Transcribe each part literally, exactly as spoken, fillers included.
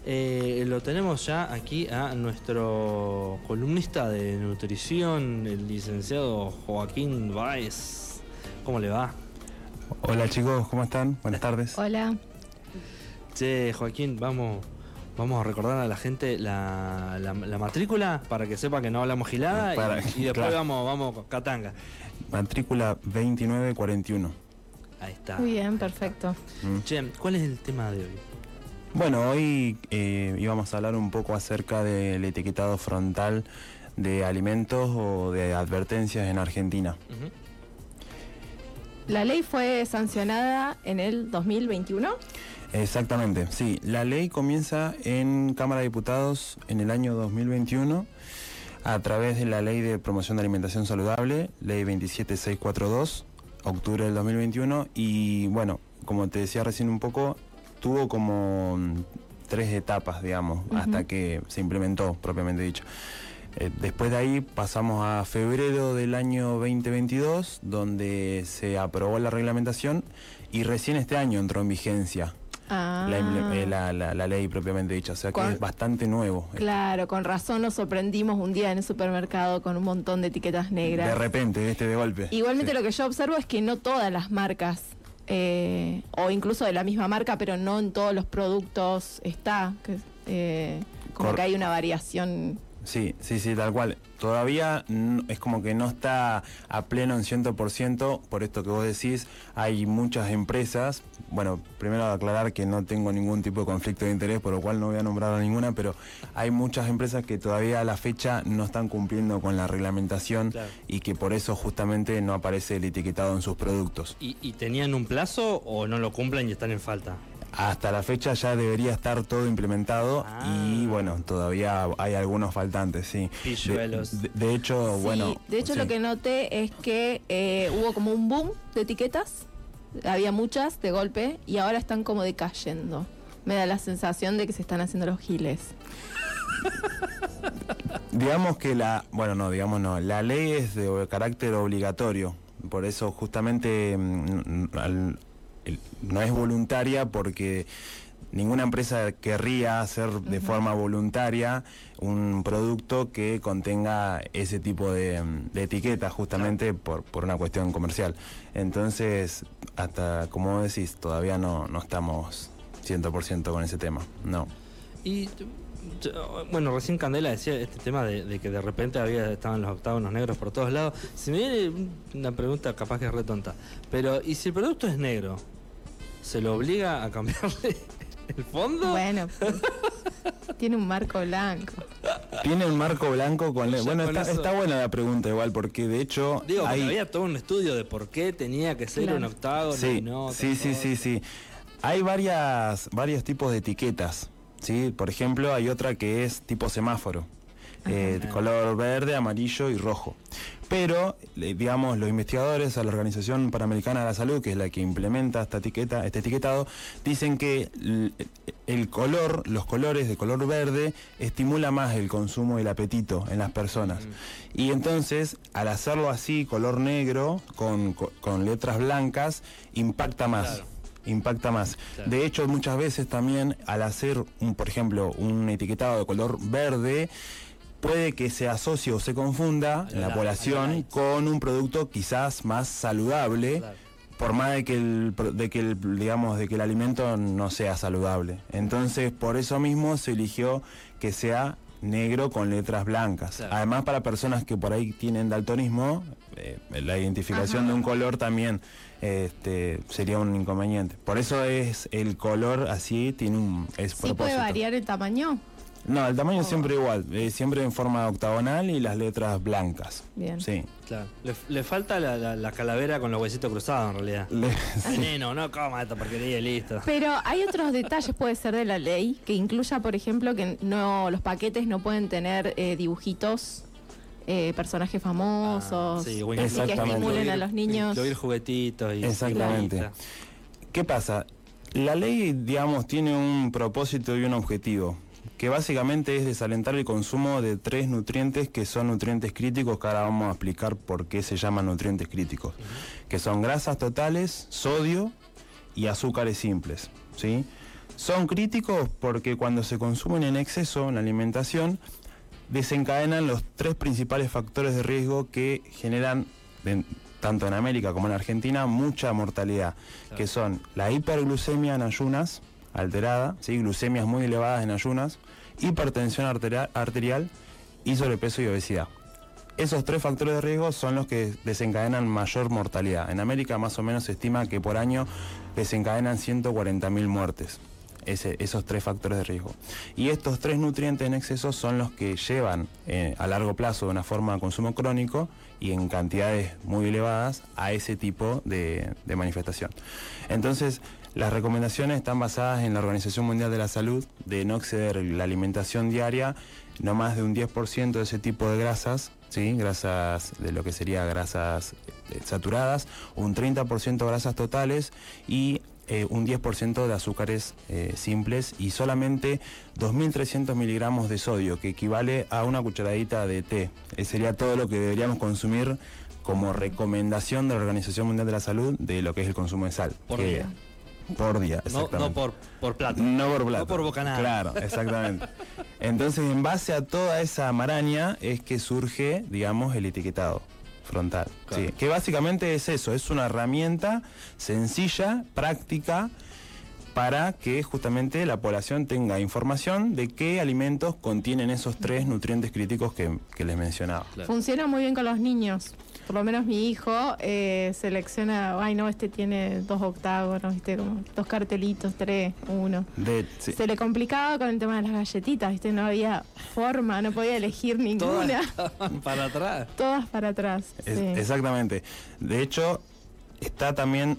Eh, lo tenemos ya aquí a nuestro columnista de nutrición, el licenciado Joaquín Báez. ¿Cómo le va? Hola chicos, ¿cómo están? Buenas tardes. Hola. Che, Joaquín, vamos, vamos a recordar a la gente la, la, la matrícula para que sepa que no hablamos gilada Para, y, y después claro. vamos, vamos catanga. Matrícula veintinueve cuarenta y uno. Ahí está. Muy bien, perfecto. Mm. Che, ¿cuál es el tema de hoy? Bueno, hoy eh, íbamos a hablar un poco acerca del etiquetado frontal de alimentos o de advertencias en Argentina. Uh-huh. La ley fue sancionada en el dos mil veintiuno. Exactamente, sí. La ley comienza en Cámara de Diputados en el año dos mil veintiuno a través de la Ley de Promoción de Alimentación Saludable, Ley veintisiete mil seiscientos cuarenta y dos, octubre del dos mil veintiuno, y bueno, como te decía recién un poco, tuvo como tres etapas, digamos, uh-huh. hasta que se implementó, propiamente dicho. Eh, después de ahí pasamos a febrero del año veinte veintidós, donde se aprobó la reglamentación y recién este año entró en vigencia ah. la, eh, la, la, la ley propiamente dicha, o sea que con, es bastante nuevo. Claro, con razón nos sorprendimos un día en el supermercado con un montón de etiquetas negras. De repente, este de golpe. Igualmente sí. Lo que yo observo es que no todas las marcas, eh, o incluso de la misma marca, pero no en todos los productos está, que, eh, como Cor- que hay una variación. Sí, sí, sí, tal cual. Todavía no, es como que no está a pleno en cien por ciento, por esto que vos decís, hay muchas empresas, bueno, primero aclarar que no tengo ningún tipo de conflicto de interés, por lo cual no voy a nombrar a ninguna, pero hay muchas empresas que todavía a la fecha no están cumpliendo con la reglamentación, claro. Y que por eso justamente no aparece el etiquetado en sus productos. ¿Y, y tenían un plazo o no lo cumplen y están en falta? Hasta la fecha ya debería estar todo implementado ah. y bueno, todavía hay algunos faltantes, sí. De, de, de hecho, sí, bueno... De hecho, sí. Lo que noté es que eh, hubo como un boom de etiquetas, había muchas de golpe y ahora están como decayendo. Me da la sensación de que se están haciendo los giles. Digamos que la... Bueno, no, digamos no. La ley es de carácter obligatorio, por eso justamente mm, al... no es voluntaria porque ninguna empresa querría hacer de uh-huh. forma voluntaria un producto que contenga ese tipo de, de etiquetas justamente claro. por, por una cuestión comercial. Entonces, hasta como decís, todavía no, no estamos cien por ciento con ese tema, no. Y bueno, recién Candela decía este tema de, de que de repente había estaban los octágonos negros por todos lados. Se me viene una pregunta capaz que es re tonta, pero ¿y si el producto es negro? ¿Se lo obliga a cambiarle el fondo? Bueno, pues, tiene un marco blanco. Tiene un marco blanco con... Le- bueno, con está, está buena la pregunta igual, porque de hecho... Digo, hay... había todo un estudio de por qué tenía que ser claro. un octágono sí, y no... Sí, sí, sí, sí. Hay varias, varios tipos de etiquetas, ¿sí? Por ejemplo, hay otra que es tipo semáforo. Eh, de color verde, amarillo y rojo. Pero, digamos, los investigadores a la Organización Panamericana de la Salud, que es la que implementa esta etiqueta, este etiquetado, dicen que el color, los colores de color verde estimula más el consumo y el apetito en las personas. Mm. Y entonces, al hacerlo así, color negro, con, con letras blancas, impacta más. Claro. impacta más. Claro. De hecho, muchas veces también al hacer, un, por ejemplo, un etiquetado de color verde, puede que se asocie o se confunda en la, la población con un producto quizás más saludable, claro. por más de que el de que el digamos de que el alimento no sea saludable. Entonces, por eso mismo se eligió que sea negro con letras blancas. Claro. Además, para personas que por ahí tienen daltonismo, eh, la identificación Ajá. de un color también este, sería un inconveniente. Por eso es el color así, tiene un es ¿Sí propósito. puede variar el tamaño? No, el tamaño oh. es siempre igual, eh, siempre en forma octagonal y las letras blancas. Bien. Sí. Claro. Le, le falta la, la, la calavera con los huesitos cruzados en realidad. Le, sí. Neno, no coma esta porquería y listo. Pero hay otros detalles, puede ser de la ley, que incluya, por ejemplo, que no los paquetes no pueden tener eh, dibujitos, eh, personajes famosos, ah, sí, que, sí, que estimulen a los niños. Incluir juguetitos y... Exactamente. Claro. ¿Qué pasa? La ley, digamos, tiene un propósito y un objetivo, que básicamente es desalentar el consumo de tres nutrientes que son nutrientes críticos, que ahora vamos a explicar por qué se llaman nutrientes críticos, uh-huh. que son grasas totales, sodio y azúcares simples, ¿sí? Son críticos porque cuando se consumen en exceso en la alimentación, desencadenan los tres principales factores de riesgo que generan, en, tanto en América como en Argentina, mucha mortalidad, claro. Que son la hiperglucemia en ayunas, alterada, ¿sí? Glucemias muy elevadas en ayunas, hipertensión arterial, arterial y sobrepeso y obesidad. Esos tres factores de riesgo son los que desencadenan mayor mortalidad. En América más o menos se estima que por año desencadenan ciento cuarenta mil muertes. Ese, esos tres factores de riesgo. Y estos tres nutrientes en exceso son los que llevan eh, a largo plazo de una forma de consumo crónico y en cantidades muy elevadas a ese tipo de, de manifestación. Entonces, las recomendaciones están basadas en la Organización Mundial de la Salud de no exceder la alimentación diaria no más de un diez por ciento de ese tipo de grasas, ¿sí? Grasas de lo que sería grasas eh, saturadas, un treinta por ciento grasas totales y Eh, un diez por ciento de azúcares eh, simples y solamente dos mil trescientos miligramos de sodio, que equivale a una cucharadita de té. Eh, sería todo lo que deberíamos consumir como recomendación de la Organización Mundial de la Salud de lo que es el consumo de sal. Por que, día. Por día, exactamente. No, no por, por plato. No por plato. No por bocanada. Claro, exactamente. Entonces, en base a toda esa maraña es que surge, digamos, el etiquetado frontal, claro. Sí, que básicamente es eso, es una herramienta sencilla, práctica, para que justamente la población tenga información de qué alimentos contienen esos tres nutrientes críticos que, que les mencionaba. Claro. Funciona muy bien con los niños. Por lo menos mi hijo eh, selecciona, ay no, este tiene dos octágonos, ¿viste? Como dos cartelitos, tres, uno. De, sí. Se le complicaba con el tema de las galletitas, ¿viste? No había forma, no podía elegir ninguna. Todas para atrás. Todas para atrás. Es, sí. Exactamente. De hecho, está también,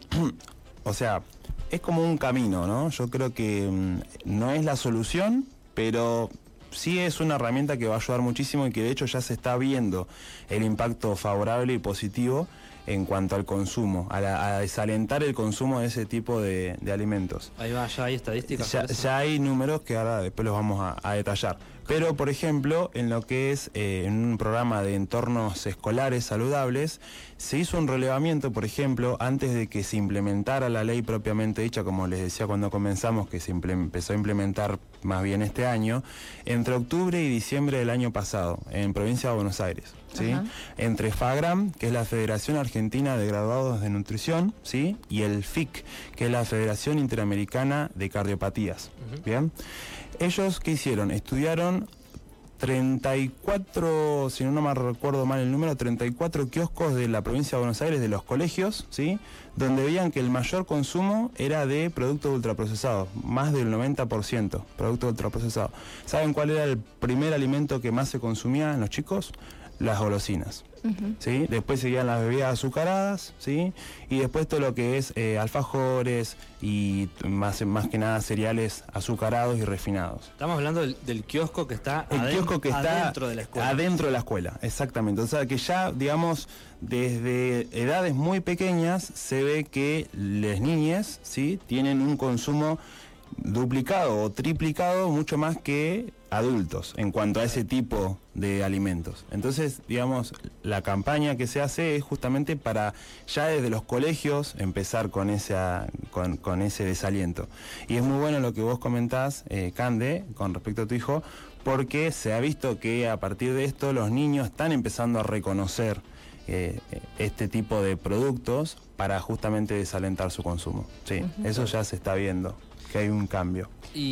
o sea, es como un camino, ¿no? Yo creo que mmm, no es la solución, pero sí es una herramienta que va a ayudar muchísimo y que de hecho ya se está viendo el impacto favorable y positivo en cuanto al consumo, a, la, a desalentar el consumo de ese tipo de, de alimentos. Ahí va, ya hay estadísticas. Ya, ya hay números que ahora después los vamos a, a detallar. Pero, por ejemplo, en lo que es eh, en un programa de entornos escolares saludables, se hizo un relevamiento, por ejemplo, antes de que se implementara la ley propiamente dicha, como les decía cuando comenzamos, que se empezó a implementar más bien este año, entre octubre y diciembre del año pasado, en provincia de Buenos Aires. ¿Sí? Entre FAGRAM, que es la Federación Argentina de Graduados de Nutrición, ¿sí? Y el F I C, que es la Federación Interamericana de Cardiopatías. Uh-huh. ¿Bien? Ellos, ¿qué hicieron? Estudiaron treinta y cuatro, si no me recuerdo mal el número, treinta y cuatro kioscos de la provincia de Buenos Aires, de los colegios, ¿sí? Donde veían que el mayor consumo era de productos ultraprocesados, más del noventa por ciento, productos ultraprocesados. ¿Saben cuál era el primer alimento que más se consumía en los chicos? Las golosinas. Uh-huh. ¿Sí? Después seguían las bebidas azucaradas, ¿sí? Y después todo lo que es eh, alfajores y más, más que nada cereales azucarados y refinados. Estamos hablando del, del kiosco que está, el adent- kiosco que está adentro de la escuela. Adentro de la escuela, exactamente. O sea que ya, digamos, desde edades muy pequeñas se ve que las niñas, ¿sí? Tienen un consumo duplicado o triplicado mucho más que adultos en cuanto a ese tipo de alimentos. Entonces, digamos, la campaña que se hace es justamente para ya desde los colegios empezar con esa con, con ese desaliento. Y es muy bueno lo que vos comentás, eh, Cande, con respecto a tu hijo, porque se ha visto que a partir de esto los niños están empezando a reconocer eh, este tipo de productos para justamente desalentar su consumo. Sí, uh-huh. Eso ya se está viendo, que hay un cambio.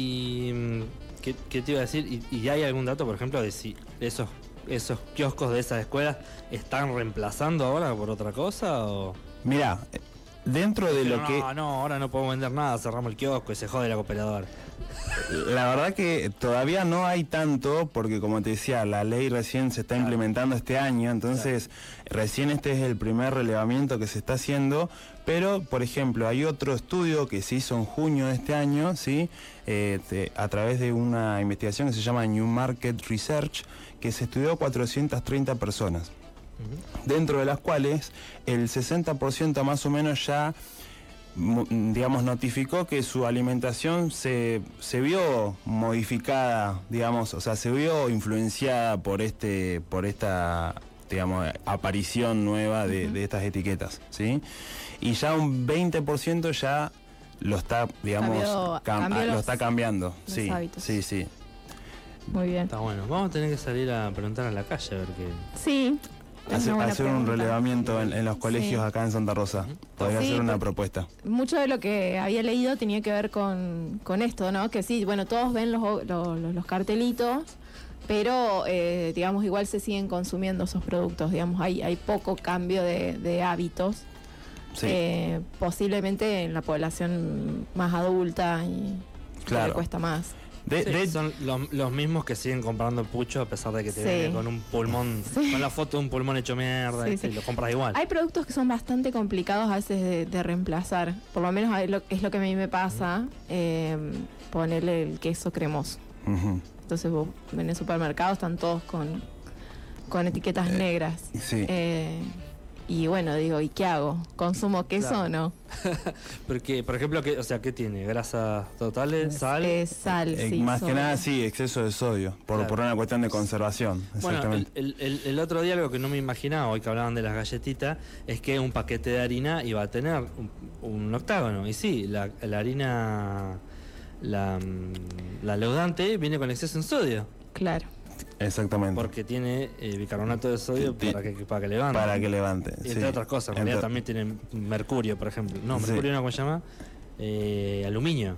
Y ¿Qué, ¿Qué te iba a decir? ¿Y, ¿Y hay algún dato, por ejemplo, de si esos esos kioscos de esas escuelas están reemplazando ahora por otra cosa? O... Mirá, dentro de Pero lo no, que... No, no, ahora no podemos vender nada, cerramos el kiosco y se jode la cooperadora. La verdad que todavía no hay tanto, porque como te decía, la ley recién se está claro. implementando este año, entonces claro. recién este es el primer relevamiento que se está haciendo, pero por ejemplo hay otro estudio que se hizo en junio de este año, ¿sí? eh, te, a través de una investigación que se llama New Market Research, que se estudió cuatrocientas treinta personas, uh-huh. dentro de las cuales el sesenta por ciento más o menos ya digamos notificó que su alimentación se, se vio modificada, digamos, o sea, se vio influenciada por este por esta digamos aparición nueva de, uh-huh. de estas etiquetas, ¿sí? Y ya un veinte por ciento ya lo está, digamos, Cambió, cam cambió lo los, está cambiando. los Sí, hábitos. sí, sí. Muy bien. Está bueno. Vamos a tener que salir a preguntar a la calle a ver qué. Sí. Hacer, hacer un relevamiento en, en los colegios sí. acá en Santa Rosa. Podría sí, ser una propuesta. Mucho de lo que había leído tenía que ver con, con esto, ¿no? Que sí, bueno, todos ven los, los, los cartelitos, pero, eh, digamos, igual se siguen consumiendo esos productos. Digamos, hay, hay poco cambio de, de hábitos. Sí. Eh, posiblemente en la población más adulta y claro. le cuesta más. De, sí, de, son los, los mismos que siguen comprando pucho a pesar de que te sí. viene con un pulmón, sí. con la foto de un pulmón hecho mierda, sí, y, sí. y lo compras igual. Hay productos que son bastante complicados a veces de, de reemplazar, por lo menos es lo, es lo que a mí me pasa, uh-huh. eh, ponerle el queso cremoso. Uh-huh. Entonces vos en el supermercado están todos con, con etiquetas eh, negras. Sí. Eh, Y bueno, digo, ¿y qué hago? ¿Consumo queso claro. o no? Porque, por ejemplo, ¿qué, o sea, ¿qué tiene? ¿Grasas totales? ¿Sal? Es sal, eh, sí. Más sodio. que nada, sí, exceso de sodio, por, claro. por una cuestión de conservación. Bueno, el, el, el, el otro día algo que no me imaginaba, hoy que hablaban de las galletitas, es que un paquete de harina iba a tener un, un octágono. Y sí, la, la harina, la, la leudante viene con exceso en sodio. Claro. Exactamente. Porque tiene eh, bicarbonato de sodio sí, para, que, para que levante. Para que levante. Y entre sí. otras cosas, en realidad también tiene mercurio, por ejemplo. No, mercurio sí. no, ¿cómo se llama? Eh, aluminio.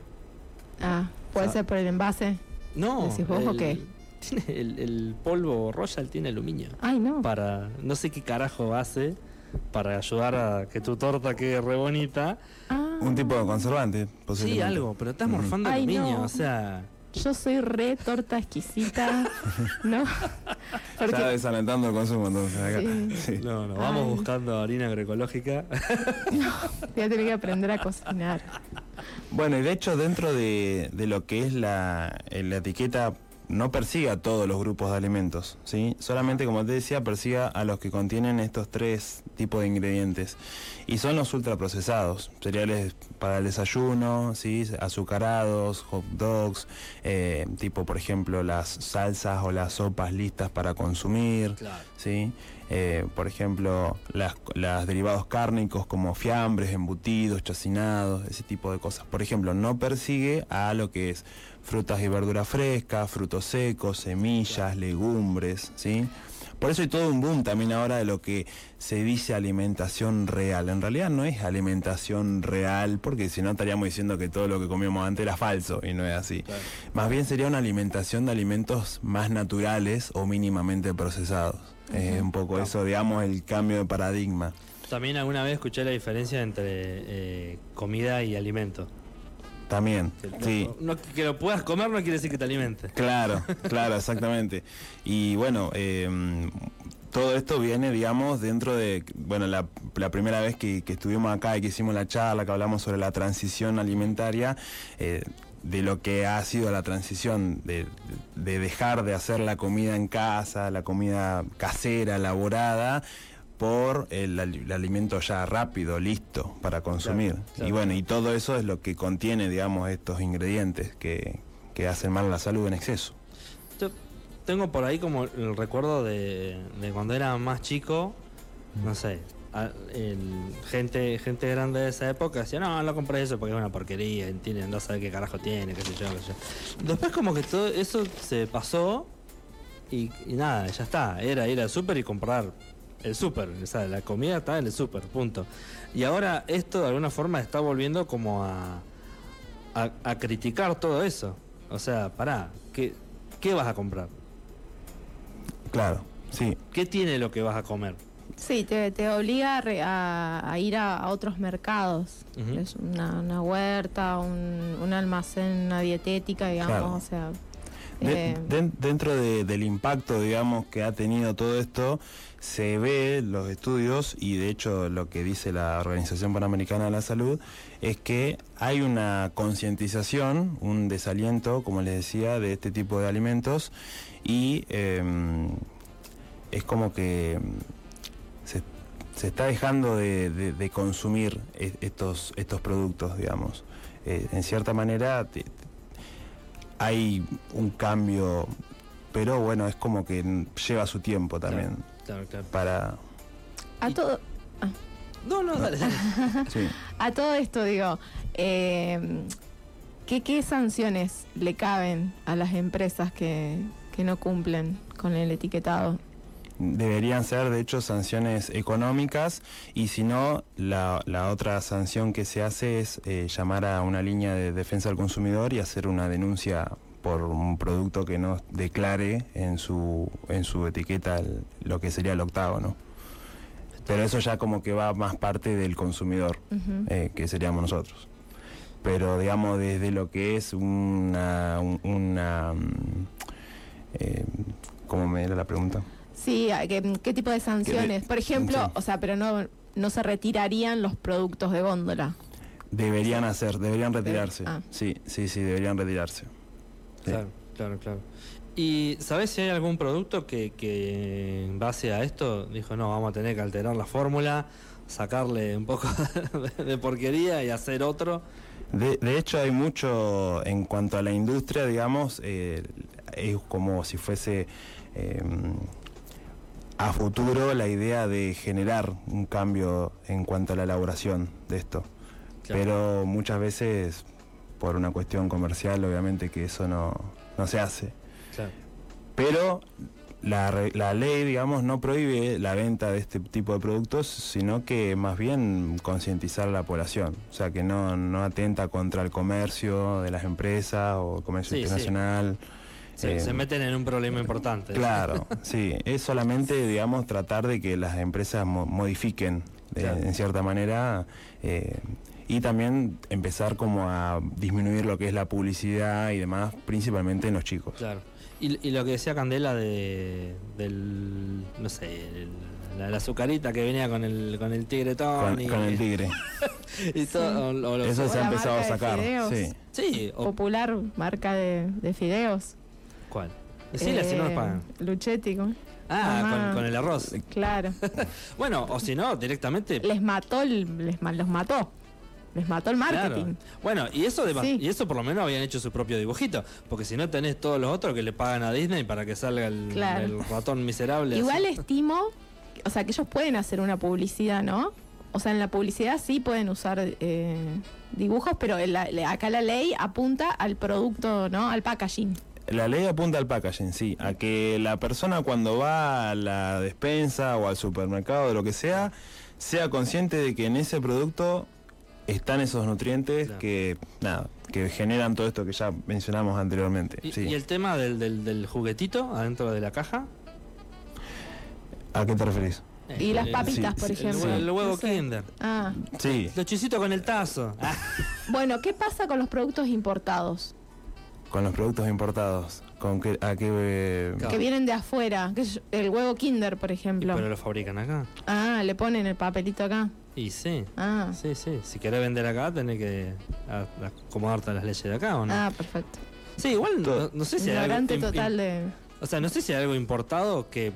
Ah, ¿puede o sea, ser por el envase? No. ¿Decís vos el, o qué? Tiene el, el polvo Royal tiene aluminio. Ay, no. Para, no sé qué carajo hace para ayudar a que tu torta quede re bonita. Ah. Un tipo de conservante, Sí, posiblemente. algo, pero estás morfando Ay, aluminio, no. o sea... Yo soy re torta exquisita, ¿no? Porque... Está desalentando el consumo entonces acá. Sí. Sí. No, no, vamos Ay. buscando harina agroecológica. No, voy a tener que aprender a cocinar. Bueno, y de hecho dentro de, de lo que es la, la etiqueta no persigue a todos los grupos de alimentos, ¿sí? Solamente, como te decía, persigue a los que contienen estos tres tipos de ingredientes. Y son los ultraprocesados, cereales para el desayuno, ¿sí? Azucarados, hot dogs, eh, tipo, por ejemplo, las salsas o las sopas listas para consumir, claro. ¿sí? Eh, por ejemplo, las, las derivados cárnicos como fiambres, embutidos, chacinados, ese tipo de cosas. Por ejemplo, no persigue a lo que es frutas y verduras frescas, frutos secos, semillas, claro. legumbres, ¿sí? Por eso hay todo un boom también ahora de lo que se dice alimentación real. En realidad no es alimentación real, porque si no estaríamos diciendo que todo lo que comíamos antes era falso, y no es así. Claro. Más bien sería una alimentación de alimentos más naturales o mínimamente procesados. Uh-huh. Eh, un poco claro. eso, digamos, el cambio de paradigma. También alguna vez escuché la diferencia entre eh, comida y alimento. También, que, sí. No, no, que lo puedas comer no quiere decir que te alimentes. Claro, claro, exactamente. Y bueno, eh, todo esto viene, digamos, dentro de, bueno, la, la primera vez que, que estuvimos acá y que hicimos la charla, que hablamos sobre la transición alimentaria, eh, de lo que ha sido la transición de, de dejar de hacer la comida en casa, la comida casera, elaborada, por el, el alimento ya rápido, listo para consumir. Claro, claro. Y bueno, y todo eso es lo que contiene, digamos, estos ingredientes que, que hacen mal a la salud en exceso. Yo tengo por ahí como el recuerdo de, de cuando era más chico, no sé, a, el, gente gente grande de esa época decía, no, no compré eso porque es una porquería, entienden, no sabe qué carajo tiene, qué sé yo, qué sé yo. Después como que todo eso se pasó y, y nada, ya está, era ir al súper y comprar el súper, o sea, la comida está en el súper, punto. Y ahora esto de alguna forma está volviendo como a, a, a criticar todo eso. O sea, pará, ¿qué, qué vas a comprar? Claro, sí. ¿Qué tiene lo que vas a comer? Sí, te, te obliga a, re, a, a ir a, a otros mercados. Uh-huh. Es una, una huerta, un, un almacén, una dietética, digamos, claro. o sea... De, eh, de, dentro de, del impacto, digamos, que ha tenido todo esto, se ve los estudios, y de hecho lo que dice la Organización Panamericana de la Salud, es que hay una concientización, un desaliento, como les decía, de este tipo de alimentos, y eh, es como que se, se está dejando de, de, de consumir estos, estos productos, digamos. Eh, en cierta manera... Te, hay un cambio, pero bueno, es como que lleva su tiempo también. Claro, claro, claro. Para... A todo... Ah. No, no, dale, dale. Sí. A todo esto, digo, eh, ¿qué, ¿qué sanciones le caben a las empresas que, que no cumplen con el etiquetado? Deberían ser, de hecho, sanciones económicas, y si no, la, la otra sanción que se hace es eh, llamar a una línea de defensa del consumidor y hacer una denuncia por un producto que no declare en su en su etiqueta el, lo que sería el octavo, ¿no? Pero eso ya como que va más parte del consumidor, uh-huh. eh, que seríamos nosotros. Pero digamos, desde lo que es una... una eh, ¿cómo me era la pregunta? Sí, ¿qué, qué tipo de sanciones? De, Por ejemplo, sí. o sea, pero no, no se retirarían los productos de góndola. Deberían hacer, deberían retirarse. Ah. Sí, sí, sí, deberían retirarse. Sí. Claro, claro, claro. ¿Y sabés si hay algún producto que, que en base a esto dijo, no, vamos a tener que alterar la fórmula, sacarle un poco de porquería y hacer otro? De, de hecho, hay mucho en cuanto a la industria, digamos, eh, es como si fuese eh, a futuro la idea de generar un cambio en cuanto a la elaboración de esto. Claro. Pero muchas veces, por una cuestión comercial, obviamente que eso no, no se hace. Claro. Pero la, la ley, digamos, no prohíbe la venta de este tipo de productos, sino que más bien concientizar a la población. O sea, que no, no atenta contra el comercio de las empresas o el comercio sí, internacional. Sí. Eh, se meten en un problema importante. Claro, sí. Es solamente, digamos, tratar de que las empresas mo modifiquen de, claro. en cierta manera, eh, y también empezar como a disminuir lo que es la publicidad y demás, principalmente en los chicos. Claro. Y, y lo que decía Candela de del, no sé, el, la, la azucarita que venía con el con el tigre con, y, con el tigre. y todo, sí. o, o lo, eso o se ha empezado a sacar. Sí. Sí, o, popular marca de, de fideos. ¿Cuál? Sí, eh, si no nos pagan. Luchetti, ¿cómo? Ah, con, con el arroz. Claro. Bueno, o si no, directamente. Les mató, el, les los mató. Les mató el marketing. Claro. Bueno, y eso de, sí. y eso por lo menos habían hecho su propio dibujito. Porque si no tenés todos los otros que le pagan a Disney para que salga el, claro. el ratón miserable. Igual así. estimo, o sea, que ellos pueden hacer una publicidad, ¿no? O sea, en la publicidad sí pueden usar eh, dibujos, pero en la, acá la ley apunta al producto, ¿no? Al packaging. La ley apunta al packaging, sí, a que la persona cuando va a la despensa o al supermercado o lo que sea, sea consciente de que en ese producto están esos nutrientes claro. que nada que generan todo esto que ya mencionamos anteriormente. ¿Y, sí. ¿y el tema del, del, del juguetito adentro de la caja? ¿A qué te referís? Y el, las papitas, sí, por sí, ejemplo. El, el huevo no sé. Kinder. Ah. Sí. Los chisitos con el tazo. Ah. Bueno, ¿qué pasa con los productos importados? Con los productos importados. ¿Con qué, a qué, eh... Que vienen de afuera. Que es el huevo Kinder, por ejemplo. ¿Y pero lo fabrican acá? Ah, le ponen el papelito acá. Y sí. Ah. Sí, sí. Si querés vender acá, tenés que acomodarte a las leyes de acá, ¿o no? Ah, perfecto. Sí, igual no, no sé si hay algo... total de... O sea, no sé si hay algo importado que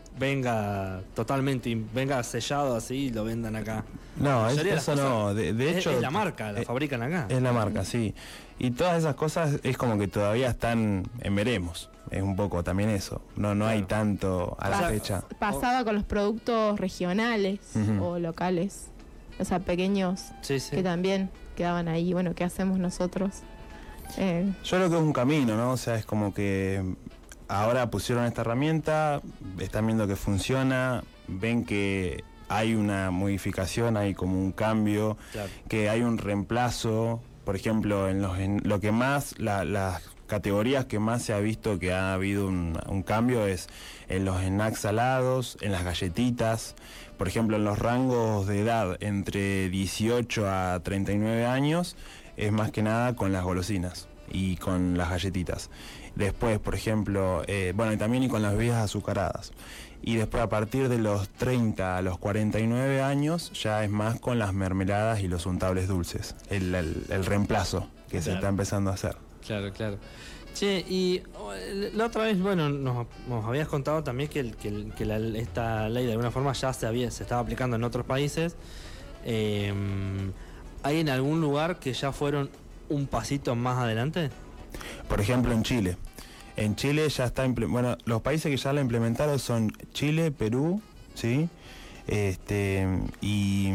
venga totalmente, venga sellado así y lo vendan acá. No, es, eso no. De, de es, hecho... Es la marca, la es, fabrican acá. Es la marca, sí. Y todas esas cosas es como que todavía están en veremos. Es un poco también eso. No no claro. hay tanto a la Pas, fecha. Pasaba con los productos regionales uh-huh. o locales. O sea, pequeños sí, sí. que también quedaban ahí. Bueno, ¿qué hacemos nosotros? Eh. Yo creo que es un camino, ¿no? O sea, es como que ahora pusieron esta herramienta, están viendo que funciona, ven que hay una modificación, hay como un cambio, claro. que hay un reemplazo. Por ejemplo, en, los, en lo que más, la, las categorías que más se ha visto que ha habido un, un cambio es en los snacks salados, en las galletitas. Por ejemplo, en los rangos de edad entre dieciocho a treinta y nueve años, es más que nada con las golosinas y con las galletitas. Después, por ejemplo, eh, bueno, y también y con las bebidas azucaradas. Y después, a partir de los treinta a los cuarenta y nueve años, ya es más con las mermeladas y los untables dulces. El, el, el reemplazo que claro. se está empezando a hacer. Claro, claro. Che, y la otra vez, bueno, nos, nos habías contado también que, el, que, el, que la, esta ley de alguna forma ya se, había, se estaba aplicando en otros países. Eh, ¿Hay en algún lugar que ya fueron un pasito más adelante? Por ejemplo, en Chile. En Chile ya está... Bueno, los países que ya la implementaron son Chile, Perú, ¿sí? Este, y,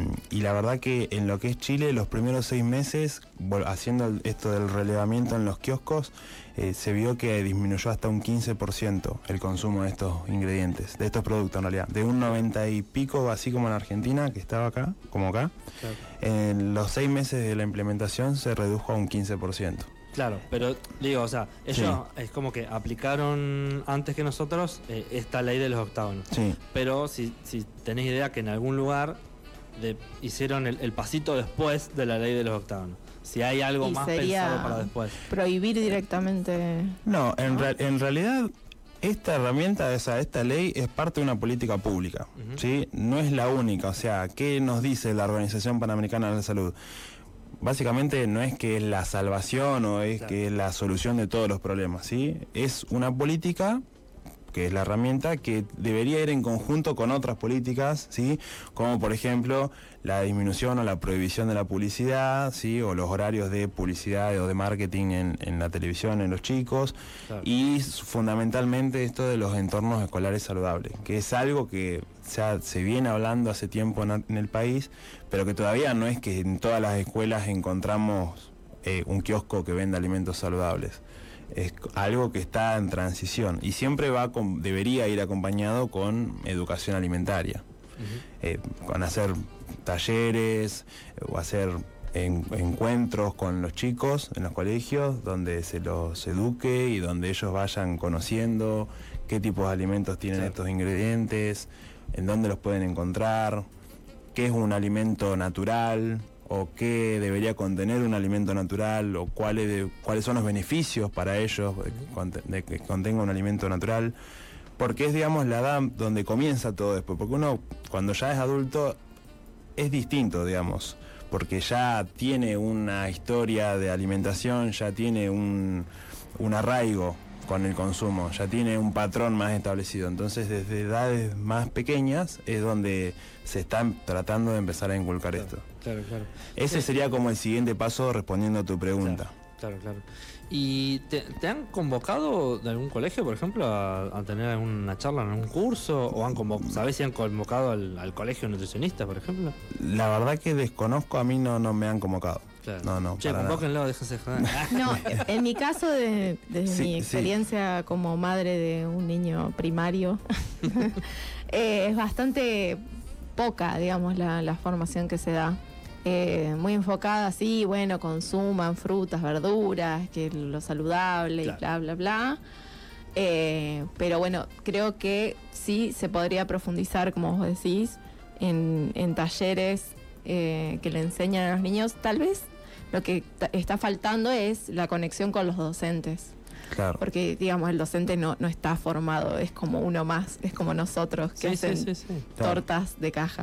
y la verdad que en lo que es Chile, los primeros seis meses, haciendo esto del relevamiento en los kioscos, eh, se vio que disminuyó hasta un quince por ciento el consumo de estos ingredientes, de estos productos en realidad. De un noventa y pico, así como en Argentina, que estaba acá, como acá, claro. En los seis meses de la implementación se redujo a un quince por ciento. Claro, pero digo, o sea, ellos sí. Es como que aplicaron antes que nosotros eh, esta ley de los octágonos. Sí. Pero si, si tenés idea que en algún lugar de, hicieron el, el pasito después de la ley de los octágonos. Si hay algo y más pensado para después. Prohibir directamente. No, en, ¿no? Re, en realidad esta herramienta, esa, esta ley es parte de una política pública, uh-huh. ¿sí? No es la única. O sea, ¿qué nos dice la Organización Panamericana de la Salud? Básicamente no es que es la salvación o es claro. que es la solución de todos los problemas, ¿sí? Es una política, que es la herramienta, que debería ir en conjunto con otras políticas, ¿sí? Como por ejemplo la disminución o la prohibición de la publicidad, ¿sí? O los horarios de publicidad o de marketing en, en la televisión, en los chicos, claro. Y fundamentalmente esto de los entornos escolares saludables, que es algo que ya se viene hablando hace tiempo en, en el país, pero que todavía no es que en todas las escuelas encontramos eh, un kiosco que venda alimentos saludables. Es algo que está en transición y siempre va con, debería ir acompañado con educación alimentaria, uh-huh. eh, con hacer talleres o hacer en, encuentros con los chicos en los colegios donde se los eduque y donde ellos vayan conociendo qué tipos de alimentos tienen, sí. Estos ingredientes, en dónde los pueden encontrar, qué es un alimento natural o qué debería contener un alimento natural, o cuáles, de, cuáles son los beneficios para ellos de que contenga un alimento natural, porque es, digamos, la edad donde comienza todo después, porque uno cuando ya es adulto es distinto, digamos, porque ya tiene una historia de alimentación, ya tiene un, un arraigo con el consumo, ya tiene un patrón más establecido. Entonces desde edades más pequeñas es donde se están tratando de empezar a inculcar claro, esto. Claro, claro. Ese sí. sería como el siguiente paso respondiendo a tu pregunta. Claro, claro, claro. ¿Y te, te han convocado de algún colegio, por ejemplo, a, a tener alguna charla en algún curso? ¿O han convocado, sabés si han convocado al, al colegio nutricionista, por ejemplo? La verdad que desconozco, a mí no, no me han convocado. Claro. No, no. Che, convóquenlo, déjense joder. No, en mi caso, de, desde sí, mi experiencia sí. como madre de un niño primario, eh, es bastante poca, digamos, la, la formación que se da. Eh, muy enfocada, sí, bueno, consuman frutas, verduras, que lo saludable claro. y bla, bla, bla. Eh, pero bueno, creo que sí se podría profundizar, como vos decís, en, en talleres eh, que le enseñan a los niños. Tal vez lo que t- está faltando es la conexión con los docentes. Claro. Porque, digamos, el docente no, no está formado, es como uno más, es como nosotros que sí, hacen sí, sí, sí. tortas claro. de caja.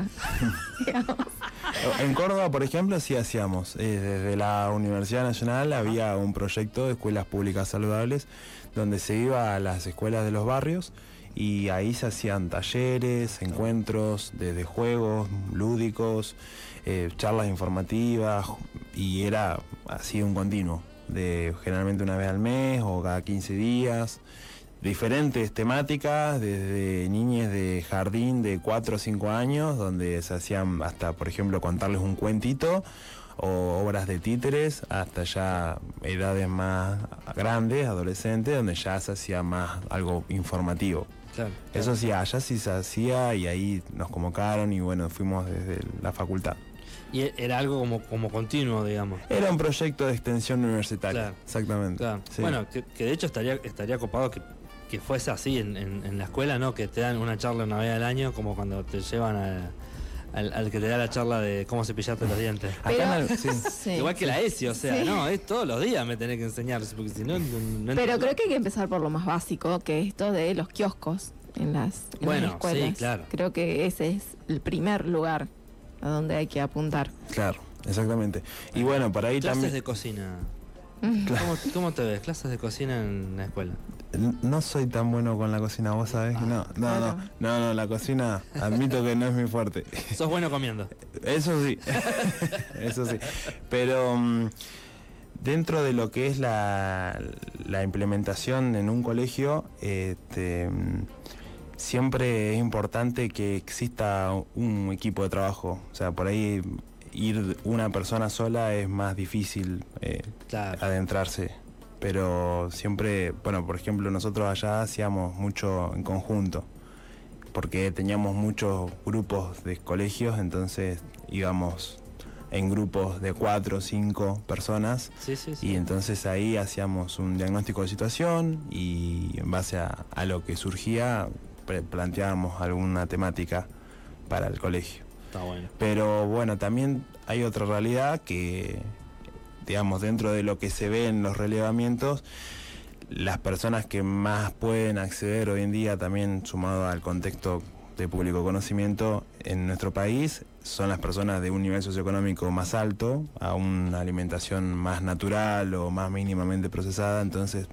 En Córdoba, por ejemplo, sí hacíamos. Eh, desde la Universidad Nacional había un proyecto de escuelas públicas saludables donde se iba a las escuelas de los barrios y ahí se hacían talleres, encuentros, desde juegos lúdicos, eh, charlas informativas, y era así un continuo, de generalmente una vez al mes o cada quince días, diferentes temáticas, desde niñes de jardín de cuatro o cinco años, donde se hacían hasta, por ejemplo, contarles un cuentito, o obras de títeres, hasta ya edades más grandes, adolescentes, donde ya se hacía más algo informativo. Claro, claro. Eso sí, allá sí se hacía y ahí nos convocaron y bueno, fuimos desde la facultad. Y era algo como, como continuo, digamos. Era un proyecto de extensión universitaria, claro. Exactamente. Claro. Sí. Bueno, que, que de hecho estaría estaría copado que, que fuese así en, en, en la escuela, ¿no? Que te dan una charla una vez al año, como cuando te llevan a, al, al que te da la charla de cómo cepillarte los dientes. Pero, Acá, sí. Sí. Igual que la ESI, o sea, Sí. no, es todos los días me tenés que enseñar, porque si no... no, no Pero creo que hay que empezar por lo más básico, que es esto de los kioscos en las, en Bueno, las escuelas. sí, claro. Creo que ese es el primer lugar a donde hay que apuntar. Claro, exactamente. Y bueno, para ahí Clases también... de cocina. ¿Cómo, ¿Cómo te ves? ¿Clases de cocina en la escuela? No soy tan bueno con la cocina, vos sabés. No, no, no, no, no, la cocina admito que no es muy fuerte. ¿Sos bueno comiendo? Eso sí, eso sí. Pero um, dentro de lo que es la, la implementación en un colegio, este, siempre es importante que exista un equipo de trabajo. O sea, por ahí ir una persona sola es más difícil eh, claro. adentrarse. Pero siempre, bueno, por ejemplo, nosotros allá hacíamos mucho en conjunto, porque teníamos muchos grupos de colegios, entonces íbamos en grupos de cuatro o cinco personas, sí, sí, sí. y entonces ahí hacíamos un diagnóstico de situación y en base a, a lo que surgía planteábamos alguna temática para el colegio. Está bueno. Pero bueno, también hay otra realidad que, digamos, dentro de lo que se ve en los relevamientos, las personas que más pueden acceder hoy en día, también sumado al contexto de público conocimiento en nuestro país, son las personas de un nivel socioeconómico más alto, a una alimentación más natural o más mínimamente procesada. Entonces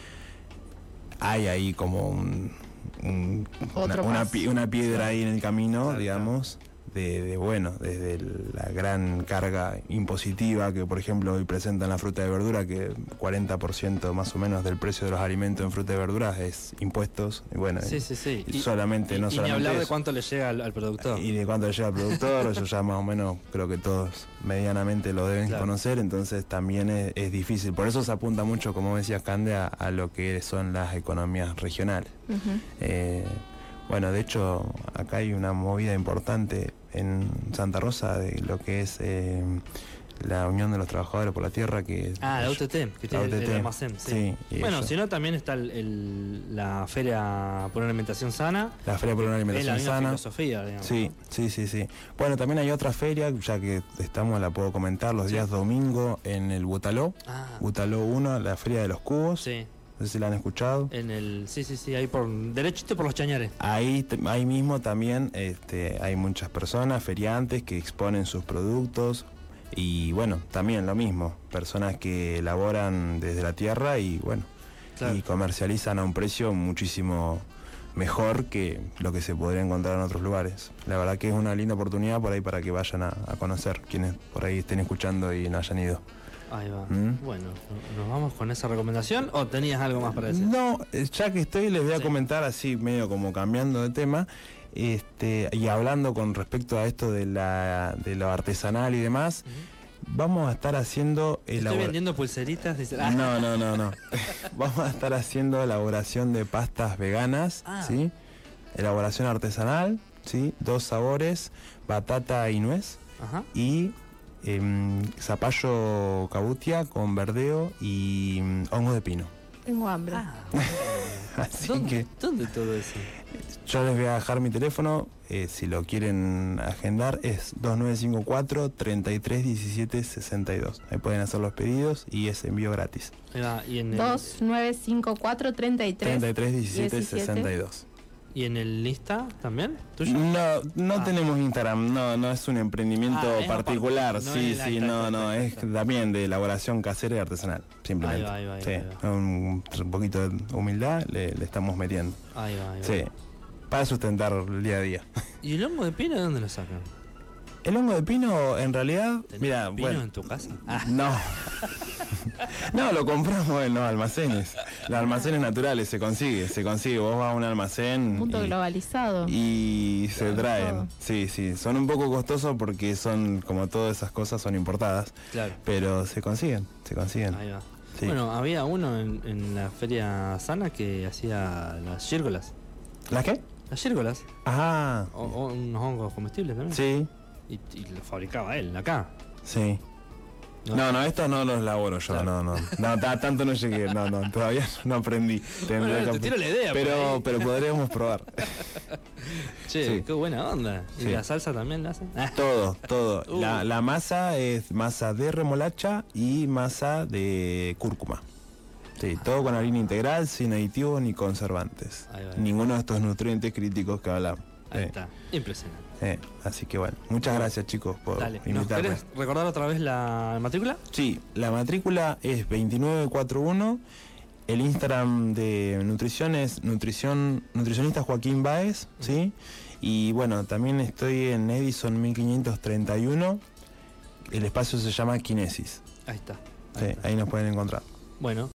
hay ahí como un, un, una, una, una piedra ahí en el camino, claro, digamos, de, de bueno, desde la gran carga impositiva que por ejemplo hoy presentan la fruta y verdura, que cuarenta por ciento más o menos del precio de los alimentos en fruta y verduras es impuestos, y bueno, sí, sí, sí. Y, solamente y, no y solamente ni hablar eso, de cuánto le llega al, al productor y de cuánto le llega al productor, eso ya más o menos creo que todos medianamente lo deben claro. conocer, entonces también es, es difícil, por eso se apunta mucho, como decías Cande, a, a lo que son las economías regionales. Uh-huh. eh, Bueno, de hecho, acá hay una movida importante en Santa Rosa de lo que es eh, la Unión de los Trabajadores por la Tierra. que Ah, la U T T, que tiene el, el almacén. Sí. sí bueno, si no, también está el, el, la Feria por una Alimentación Sana. La Feria por una Alimentación es la Sana. Filosofía, digamos. Sí, ¿no? sí, sí, sí. Bueno, también hay otra feria, ya que estamos, la puedo comentar, los sí. días domingo en el Butaló. Ah. Butaló uno, la Feria de los Cubos. Sí. No sé si la han escuchado. En el, sí, sí, sí, ahí por derechito por los Chañares. Ahí, ahí mismo también este, hay muchas personas, feriantes, que exponen sus productos. Y bueno, también lo mismo, personas que elaboran desde la tierra y bueno, claro. y comercializan a un precio muchísimo mejor que lo que se podría encontrar en otros lugares. La verdad que es una linda oportunidad por ahí para que vayan a, a conocer, quienes por ahí estén escuchando y no hayan ido. Ahí va. ¿Mm? Bueno, ¿nos vamos con esa recomendación o tenías algo más para decir? No, ya que estoy les voy a sí. comentar así medio como cambiando de tema, este, y hablando con respecto a esto de la de lo artesanal y demás. Uh-huh. Vamos a estar haciendo ¿Estoy elabora... vendiendo pulseritas? Dice... Ah. No, no, no, no. Vamos a estar haciendo elaboración de pastas veganas, ah. ¿sí? Elaboración artesanal, ¿sí? Dos sabores, batata y nuez. Ajá. Y Eh, zapallo cabutia con verdeo y um, hongo de pino. Tengo hambre. Ah, Así ¿Dónde, que ¿Dónde todo eso? Yo les voy a dejar mi teléfono, eh, si lo quieren agendar es dos nueve cinco cuatro, treinta y tres diecisiete sesenta y dos. Ahí pueden hacer los pedidos y es envío gratis. Ah, ¿y en el... dos nueve cinco cuatro, treinta y tres diecisiete sesenta y dos. ¿Y en el Insta también? ¿Tuyo? No, no ah. tenemos Instagram, no, no es un emprendimiento ah, particular, no sí, no sí, no, no, es también de elaboración casera y artesanal, simplemente. Ahí va, ahí va, sí, ahí va. Un, un poquito de humildad le, le estamos metiendo. Ahí va, ahí va. Sí, para sustentar el día a día. ¿Y el hongo de pino de dónde lo sacan? El hongo de pino, en realidad, mira, pino bueno, en tu casa? Ah. No. No, lo compramos en los almacenes. Los almacenes naturales se consigue, se consigue. Vos vas a un almacén. Punto y, globalizado. Y se claro, traen. todo. Sí, sí. Son un poco costosos porque son, como todas esas cosas, son importadas. Claro. Pero se consiguen, se consiguen. Ahí va. Sí. Bueno, había uno en, en la Feria Sana que hacía las gírgolas. ¿Las qué? Las gírgolas. Ajá. O, o unos hongos comestibles también. Sí. Y, y lo fabricaba él, acá. Sí. No, no, no, estos no los elaboro yo, claro. no, no. No, t- tanto no llegué, no, no, todavía no aprendí. Bueno, que... te tiro la idea. Pero, pero podríamos probar. Che, sí. Qué buena onda. ¿Y sí. la salsa también la hacen? Todo, todo. Uh. La, la masa es masa de remolacha y masa de cúrcuma. Sí, ah. todo con harina integral, sin aditivos ni conservantes. Ahí va, ahí. Ninguno de estos nutrientes críticos que hablamos. Ahí eh. está, impresionante. Eh, así que bueno, muchas gracias chicos por Dale. invitarme. ¿Querés recordar otra vez la matrícula? Sí, la matrícula es veintinueve cuarenta y uno. El Instagram de nutrición es nutrición, nutricionista Joaquín Báez, uh-huh. ¿sí? Y bueno, también estoy en Edison mil quinientos treinta y uno. El espacio se llama Kinesis. Ahí está. Ahí, sí, está. Ahí nos pueden encontrar. Bueno,